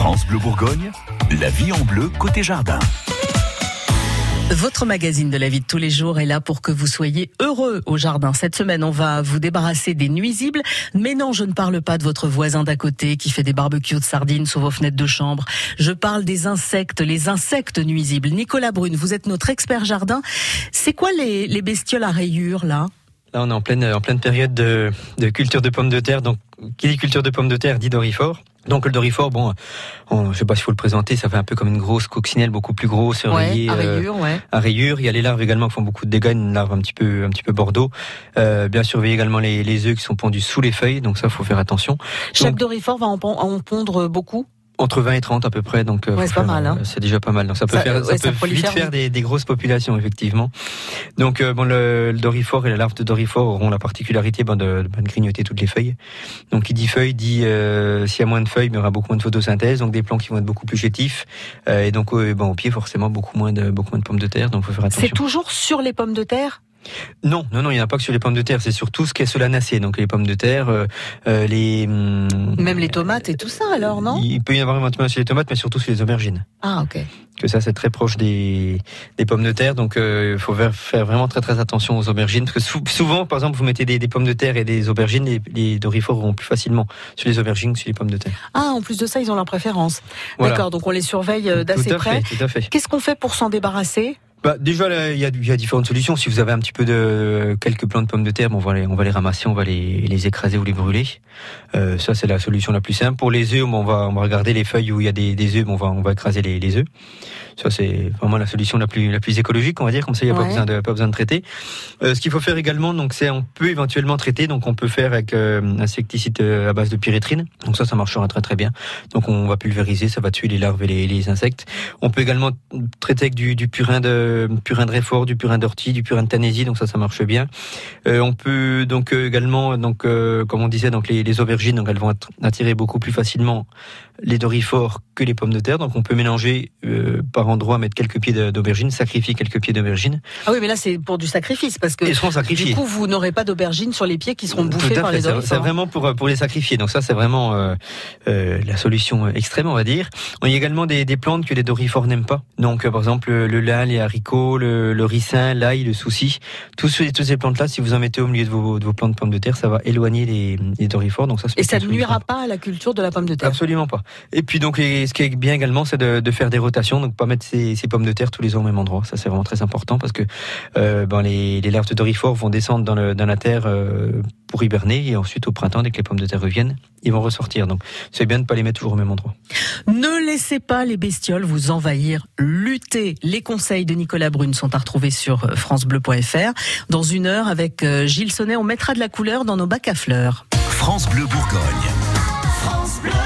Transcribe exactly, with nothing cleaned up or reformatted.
France Bleu Bourgogne, la vie en bleu côté jardin. Votre magazine de la vie de tous les jours est là pour que vous soyez heureux au jardin. Cette semaine, on va vous débarrasser des nuisibles. Mais non, je ne parle pas de votre voisin d'à côté qui fait des barbecues de sardines sous vos fenêtres de chambre. Je parle des insectes, les insectes nuisibles. Nicolas Brune, vous êtes notre expert jardin. C'est quoi les, les bestioles à rayures, là ? Là, on est en pleine, en pleine période de, de culture de pommes de terre. Donc, qui dit culture de pommes de terre dit dorifort. Donc, le dorifort, bon, on, je ne sais pas s'il faut le présenter, ça fait un peu comme une grosse coccinelle, beaucoup plus grosse, rayée, ouais, à rayures, ouais. Euh, à rayures. Il y a les larves également qui font beaucoup de dégâts, une larve un petit peu, un petit peu bordeaux. Euh, bien surveiller également les, les œufs qui sont pondus sous les feuilles. Donc, ça, faut faire attention. Chaque donc, dorifort va en, en pondre beaucoup? Entre vingt et trente à peu près, donc ouais, c'est pas mal. Hein. C'est déjà pas mal. Donc ça peut ça, faire, ouais, ça peut vite faire des, des grosses populations effectivement. Donc euh, bon, le, le dorifort et la larve de dorifort auront la particularité ben, de, de grignoter toutes les feuilles. Donc qui dit feuilles dit euh, s'il y a moins de feuilles, il y aura beaucoup moins de photosynthèse, donc des plants qui vont être beaucoup plus chétifs. Euh, et donc euh, ben, au pied forcément beaucoup moins de beaucoup moins de pommes de terre. Donc faut faire attention. C'est toujours sur les pommes de terre? Non, non, non, il n'y en a pas que sur les pommes de terre, c'est surtout ce qui est solanacé, donc les pommes de terre, euh, les... Même les tomates et tout ça alors, non? Il peut y avoir éventuellement sur les tomates, mais surtout sur les aubergines. Ah, ok. Que ça, c'est très proche des, des pommes de terre, donc il euh, faut faire, faire vraiment très très attention aux aubergines, parce que sou- souvent, par exemple, vous mettez des, des pommes de terre et des aubergines, les, les dorifores vont plus facilement sur les aubergines que sur les pommes de terre. Ah, en plus de ça, ils ont leur préférence. Voilà. D'accord, donc on les surveille d'assez tout à près. Fait, tout à fait. Qu'est-ce qu'on fait pour s'en débarrasser? Bah, déjà, il y a, y a différentes solutions. Si vous avez un petit peu de quelques plants de pommes de terre, bon, on va les, on va les ramasser, on va les, les écraser ou les brûler. Euh, ça, c'est la solution la plus simple. Pour les œufs, bon, on va, on va regarder les feuilles où il y a des, des œufs, bon, on va, on va écraser les, les œufs. Ça, c'est vraiment la solution la plus, la plus écologique, on va dire. Comme ça, il n'y a ouais. pas besoin de, pas besoin de traiter. Euh, ce qu'il faut faire également, donc, c'est, on peut éventuellement traiter. Donc, on peut faire avec euh, un insecticide à base de pyrétrine. Donc, ça, ça marchera très, très bien. Donc, on va pulvériser, ça va tuer les larves et les, les insectes. On peut également traiter avec du, du purin de, purin de réfort, du purin d'ortie, du purin de tanésie. Donc, ça, ça marche bien. Euh, on peut donc euh, également, donc, euh, comme on disait, donc les, les aubergines, donc elles vont attirer beaucoup plus facilement les dorifores que les pommes de terre. Donc, on peut mélanger euh, par endroit, mettre quelques pieds d'aubergines, sacrifier quelques pieds d'aubergines. Ah oui, mais là, c'est pour du sacrifice, parce que ils seront sacrifiés. Du coup, vous n'aurez pas d'aubergines sur les pieds qui seront bouffés par les dorifores. C'est vraiment pour pour les sacrifier. Donc ça, c'est vraiment euh, euh, la solution extrême, on va dire. Il y a également des, des plantes que les dorifores n'aiment pas. Donc, euh, par exemple, le lin, les haricots, le, le ricin, l'ail, le souci. Tous ces, toutes ces plantes-là, si vous en mettez au milieu de vos, de vos plants de pommes de terre, ça va éloigner les, les dorifores. Donc ça, et ça ne nuira pas à la culture de la pomme de terre? Absolument pas. Et puis donc, les, ce qui est bien également, c'est de, de faire des rotations. Donc, pas mettre ces, ces pommes de terre tous les ans au même endroit. Ça, c'est vraiment très important parce que euh, ben, les, les larves de dorifores vont descendre dans, le, dans la terre euh, pour hiberner et ensuite au printemps, dès que les pommes de terre reviennent, ils vont ressortir. Donc, c'est bien de ne pas les mettre toujours au même endroit. Ne laissez pas les bestioles vous envahir. Luttez. Les conseils de Nicolas Brune sont à retrouver sur francebleu point f r. Dans une heure, avec Gilles Sonnet, on mettra de la couleur dans nos bacs à fleurs. France Bleu Bourgogne. France Bleu.